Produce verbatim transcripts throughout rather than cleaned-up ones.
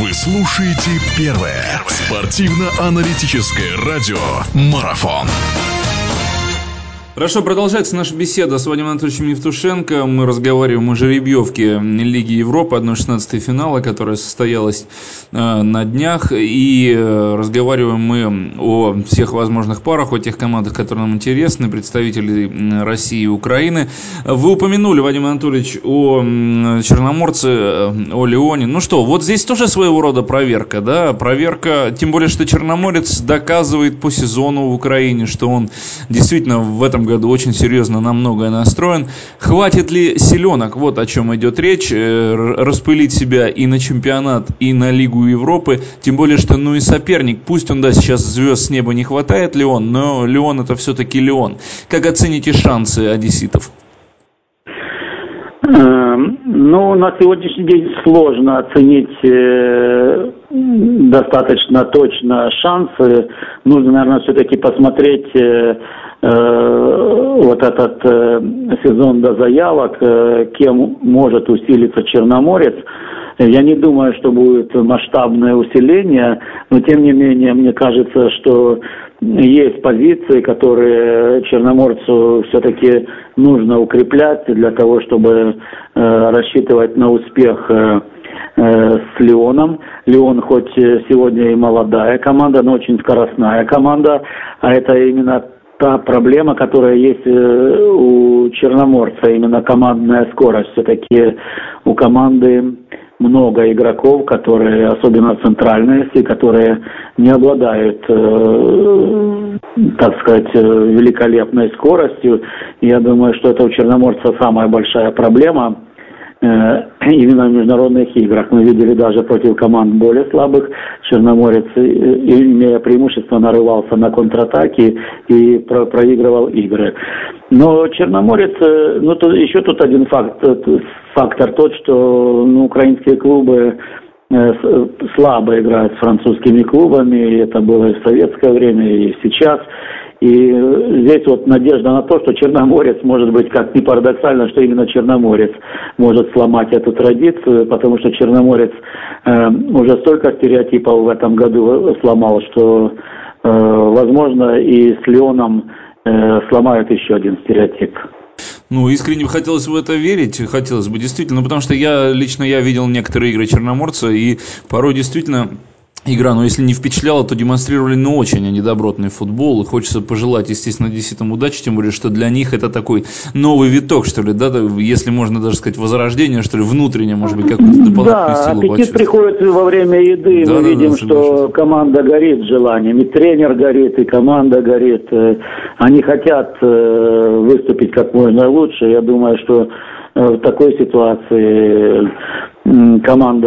Вы слушаете первое спортивно-аналитическое радио «Марафон». Хорошо, продолжается наша беседа с Вадимом Анатольевичем Евтушенко. Мы разговариваем о жеребьевке Лиги Европы, одна шестнадцатая финала, которая состоялась э, на днях. И э, разговариваем мы о всех возможных парах, о тех командах, которые нам интересны, представителей России и Украины. Вы упомянули, Вадим Анатольевич, о э, Черноморце, э, о Лионе. Ну что, вот здесь тоже своего рода проверка, да? Проверка, тем более, что Черноморец доказывает по сезону в Украине, что он действительно в этом году очень серьезно на многое настроен. Хватит ли силенок, вот о чем идет речь, распылить себя и на чемпионат, и на Лигу Европы, тем более, что ну и соперник, пусть он, да, сейчас звезд с неба не хватает, Лион, но Лион это все-таки Лион. Как оцените шансы одесситов? Ну, на сегодняшний день сложно оценить э, достаточно точно шансы. Нужно, наверное, все-таки посмотреть э, э, вот этот э, сезон до заявок, э, кем может усилиться Черноморец. Я не думаю, что будет масштабное усиление, но тем не менее, мне кажется, что есть позиции, которые Черноморцу все-таки нужно укреплять для того, чтобы э, рассчитывать на успех э, э, с Лионом. Лион хоть сегодня и молодая команда, но очень скоростная команда, а это именно та проблема, которая есть у Черноморца, именно командная скорость. Все-таки у команды много игроков, которые, особенно центральные, которые не обладают, э, так сказать, великолепной скоростью. Я думаю, что это у Черноморца самая большая проблема э, именно в международных играх. Мы видели даже против команд более слабых. Черноморец, имея преимущество, нарывался на контратаки и про- проигрывал игры. Но Черноморец, ну то, еще тут один факт, фактор тот, что ну, украинские клубы э, слабо играют с французскими клубами, и это было и в советское время, и сейчас. И здесь вот надежда на то, что Черноморец, может быть, как ни парадоксально, что именно Черноморец может сломать эту традицию, потому что Черноморец э, уже столько стереотипов в этом году сломал, что, э, возможно, и с Лионом э, сломают еще один стереотип. Ну, искренне хотелось в это верить, хотелось бы действительно, потому что я, лично я видел некоторые игры Черноморца, и порой действительно игра, ну, если не впечатляла, то демонстрировали, ну, очень они добротный футбол, и хочется пожелать, естественно, одесситам удачи, тем более, что для них это такой новый виток, что ли, да, если можно даже сказать возрождение, что ли, внутреннее, может быть, какую-то дополнительную да, силу. Да, аппетит приходит во время еды, да, мы да, видим, да, что команда горит желанием, и тренер горит, и команда горит, они хотят выступить как можно лучше, я думаю, что в такой ситуации команда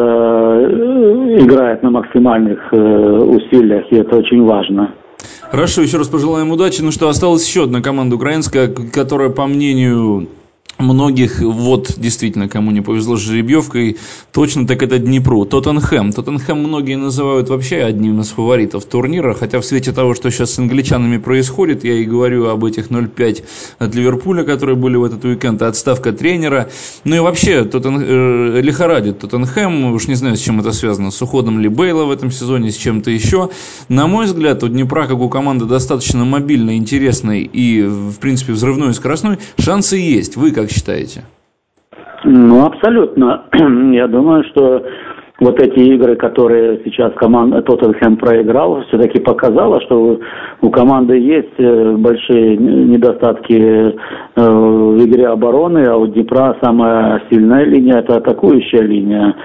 играет на максимальных усилиях, и это очень важно. Хорошо, еще раз пожелаем удачи. Ну что, осталась еще одна команда украинская, которая, по мнению многих, вот действительно, кому не повезло с жеребьевкой, точно так это Днепру. Тоттенхэм. Тоттенхэм многие называют вообще одним из фаворитов турнира, хотя в свете того, что сейчас с англичанами происходит, я и говорю об этих ноль пять от Ливерпуля, которые были в этот уикенд, отставка тренера. Ну и вообще, Тоттен... э, лихорадит Тоттенхэм, уж не знаю, с чем это связано, с уходом ли Бейла в этом сезоне, с чем-то еще. На мой взгляд, у Днепра, как у команды достаточно мобильной, интересной и, в принципе, взрывной и скоростной, шансы есть. Вы как считаете? Ну, абсолютно. Я думаю, что вот эти игры, которые сейчас команда Тоттенхэм проиграл, все-таки показало, что у команды есть большие недостатки в игре обороны, а у Днепра самая сильная линия – это атакующая линия.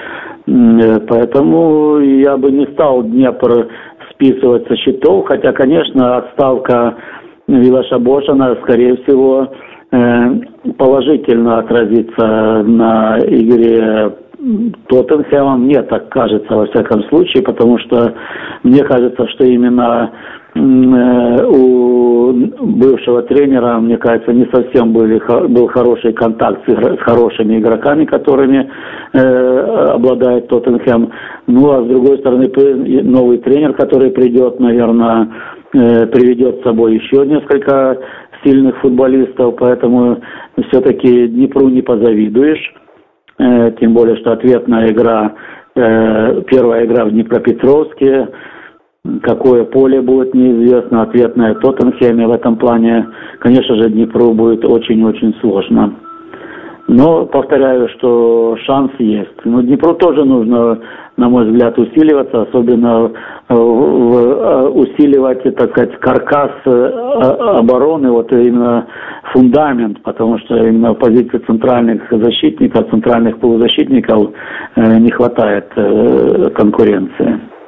Поэтому я бы не стал Днепр списывать со счетов, хотя, конечно, отставка Вилаша Бошана, скорее всего, положительно отразится на игре Тоттенхэма. Мне так кажется, во всяком случае, потому что мне кажется, что именно у бывшего тренера, мне кажется, не совсем были, был хороший контакт с хорошими игроками, которыми э, обладает Тоттенхэм. Ну, а с другой стороны, новый тренер, который придет, наверное, э, приведет с собой еще несколько сильных футболистов, поэтому все-таки Днепру не позавидуешь, э, тем более, что ответная игра Первая игра в Днепропетровске. Какое поле будет, неизвестно. Ответное Тоттенхеме в этом плане, конечно же, Днепру будет очень-очень сложно. Но повторяю, что шанс есть. Но Днепру тоже нужно, на мой взгляд, усиливаться, особенно усиливать, так сказать, каркас обороны, вот именно фундамент, потому что именно в позиции центральных защитников, центральных полузащитников не хватает конкуренции.